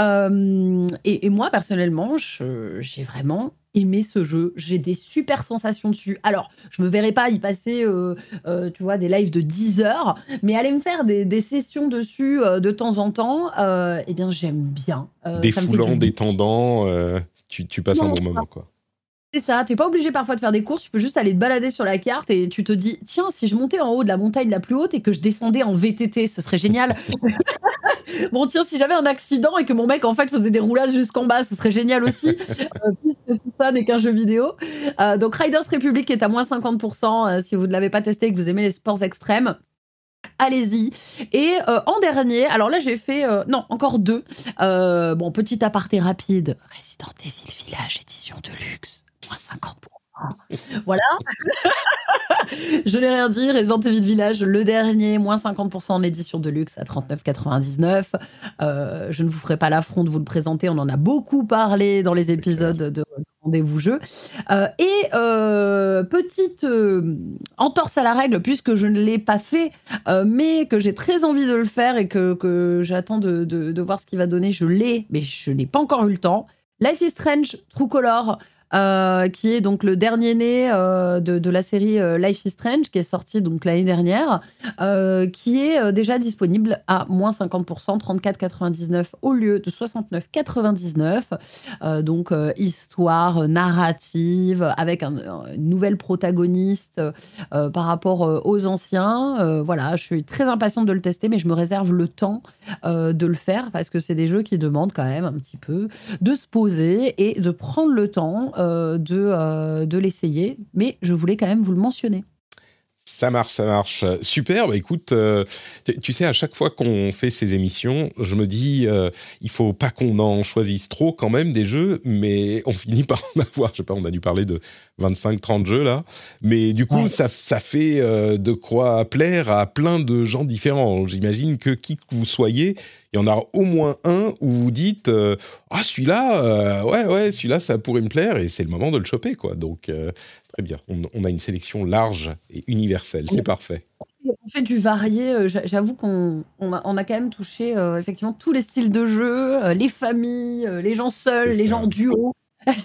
Et moi, personnellement, j'ai vraiment aimé ce jeu. J'ai des super sensations dessus. Alors, je me verrais pas y passer, tu vois, des lives de 10 heures, mais aller me faire des sessions dessus de temps en temps, eh bien, j'aime bien. Ça me fait du Défoulant, bien. détendant, tu passes un Non, bon moment, quoi. c'est ça, t'es pas obligé parfois de faire des courses, tu peux juste aller te balader sur la carte et tu te dis, tiens, si je montais en haut de la montagne la plus haute et que je descendais en VTT, ce serait génial. Bon, tiens, si j'avais un accident et que mon mec, en fait, faisait des roulades jusqu'en bas, ce serait génial aussi, puisque tout ça n'est qu'un jeu vidéo. Donc, Riders Republic est à moins 50%, si vous ne l'avez pas testé et que vous aimez les sports extrêmes. Allez-y. Et en dernier, alors là j'ai fait, non, encore deux. Bon, petit aparté rapide. Resident Evil Village édition de luxe, moins 50%. Voilà. Je n'ai rien dit. Resident Evil Village, le dernier, moins 50% en édition de luxe à 39,99 €. Je ne vous ferai pas l'affront de vous le présenter. On en a beaucoup parlé dans les C'est clair. épisodes de Rendez-vous Jeu. Petite entorse à la règle, puisque je ne l'ai pas fait, mais que j'ai très envie de le faire et que j'attends de voir ce qu'il va donner. Je l'ai, mais je n'ai pas encore eu le temps. Life is Strange True Color, qui est donc le dernier né de la série Life is Strange, qui est sorti donc l'année dernière, qui est déjà disponible à moins 50%, 34,99 € au lieu de 69,99 €. Donc histoire narrative avec une nouvelle protagoniste par rapport aux anciens. Voilà, je suis très impatiente de le tester, mais je me réserve le temps de le faire parce que c'est des jeux qui demandent quand même un petit peu de se poser et de prendre le temps de l'essayer. Mais je voulais quand même vous le mentionner. Ça marche, ça marche. Super, bah écoute, tu sais, à chaque fois qu'on fait ces émissions, je me dis, il faut pas qu'on en choisisse trop quand même des jeux, mais on finit par en avoir, je sais pas, on a dû parler de 25-30 jeux là, mais du coup, Ouais. ça fait de quoi plaire à plein de gens différents. J'imagine que qui que vous soyez, il y en a au moins un où vous dites, ah celui-là, ouais, celui-là, ça pourrait me plaire, et c'est le moment de le choper, quoi. Donc, très bien, on a une sélection large et universelle, c'est parfait. On fait du varié. J'avoue qu'on a quand même touché effectivement tous les styles de jeu, les familles, les gens C'est seuls, les gens ça. en duo.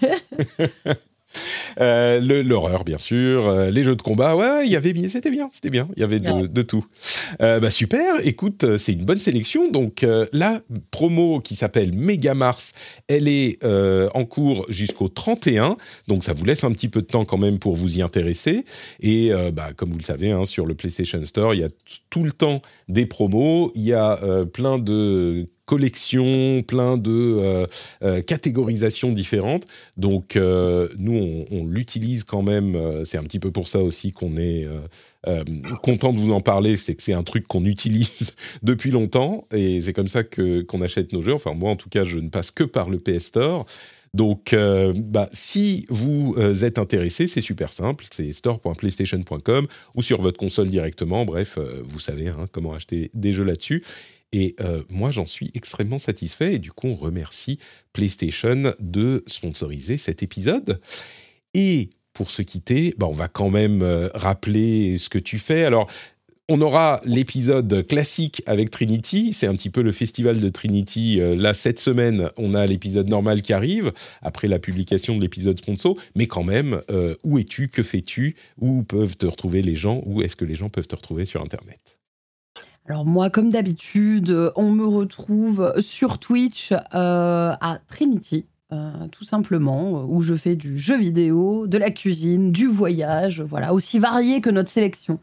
L'horreur, bien sûr, les jeux de combat, ouais, il y avait, c'était bien, il y avait Ouais. de tout. Bah super, écoute, c'est une bonne sélection. Donc la promo qui s'appelle Mega Mars, elle est en cours jusqu'au 31, donc ça vous laisse un petit peu de temps quand même pour vous y intéresser. Et bah, comme vous le savez, hein, sur le PlayStation Store, il y a tout le temps des promos, il y a plein de collections, plein de catégorisations différentes. Donc, nous, on l'utilise quand même. C'est un petit peu pour ça aussi qu'on est content de vous en parler. C'est que c'est un truc qu'on utilise depuis longtemps. Et c'est comme ça qu'on achète nos jeux. Enfin, moi, en tout cas, je ne passe que par le PS Store. Donc, si vous êtes intéressé, c'est super simple. C'est store.playstation.com ou sur votre console directement. Bref, vous savez comment acheter des jeux là-dessus. Et moi, j'en suis extrêmement satisfait. Et du coup, on remercie PlayStation de sponsoriser cet épisode. Et pour se quitter, on va quand même rappeler ce que tu fais. Alors, on aura l'épisode classique avec Trinity, c'est un petit peu le festival de Trinity. Là, cette semaine, on a l'épisode normal qui arrive, après la publication de l'épisode sponsor. Mais quand même, où es-tu, que fais-tu, où peuvent te retrouver les gens, où est-ce que les gens peuvent te retrouver sur Internet ? Alors moi, comme d'habitude, on me retrouve sur Twitch à Trinity. Tout simplement, où je fais du jeu vidéo, de la cuisine, du voyage, voilà, aussi varié que notre sélection.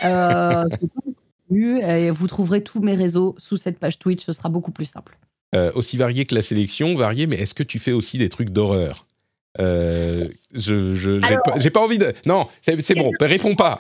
Et vous trouverez tous mes réseaux sous cette page Twitch, ce sera beaucoup plus simple. Aussi varié que la sélection, varié, mais est-ce que tu fais aussi des trucs d'horreur ? J'ai pas envie de... Non, c'est bon, réponds pas.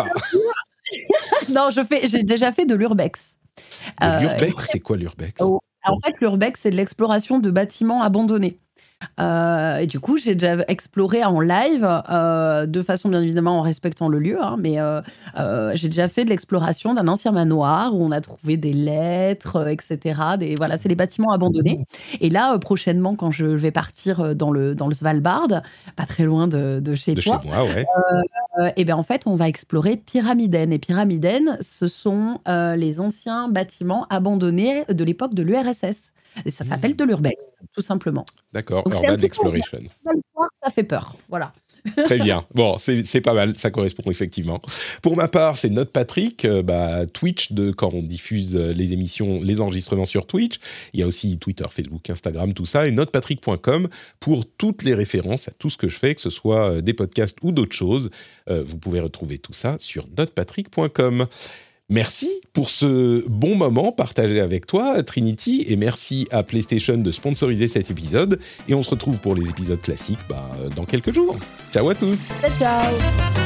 Non, j'ai déjà fait de l'urbex. L'urbex, c'est quoi l'urbex ? En fait, l'urbex, c'est de l'exploration de bâtiments abandonnés. Et du coup, j'ai déjà exploré en live, de façon bien évidemment en respectant le lieu, mais j'ai déjà fait de l'exploration d'un ancien manoir où on a trouvé des lettres, etc. Voilà, c'est des bâtiments abandonnés. Et là, prochainement, quand je vais partir dans le Svalbard, pas très loin de chez toi, chez moi, ouais. Et bien en fait, on va explorer Pyramiden. Et Pyramiden, ce sont les anciens bâtiments abandonnés de l'époque de l'URSS. Et ça s'appelle de l'urbex, tout simplement. D'accord, donc Urban Exploration. Ça fait peur, voilà. Très bien. Bon, c'est pas mal, ça correspond effectivement. Pour ma part, c'est NotePatrick, Twitch, quand on diffuse les émissions, les enregistrements sur Twitch. Il y a aussi Twitter, Facebook, Instagram, tout ça. Et notepatrick.com pour toutes les références à tout ce que je fais, que ce soit des podcasts ou d'autres choses. Vous pouvez retrouver tout ça sur notepatrick.com. Merci pour ce bon moment partagé avec toi, Trinity, et merci à PlayStation de sponsoriser cet épisode. Et on se retrouve pour les épisodes classiques dans quelques jours. Ciao à tous. Ciao.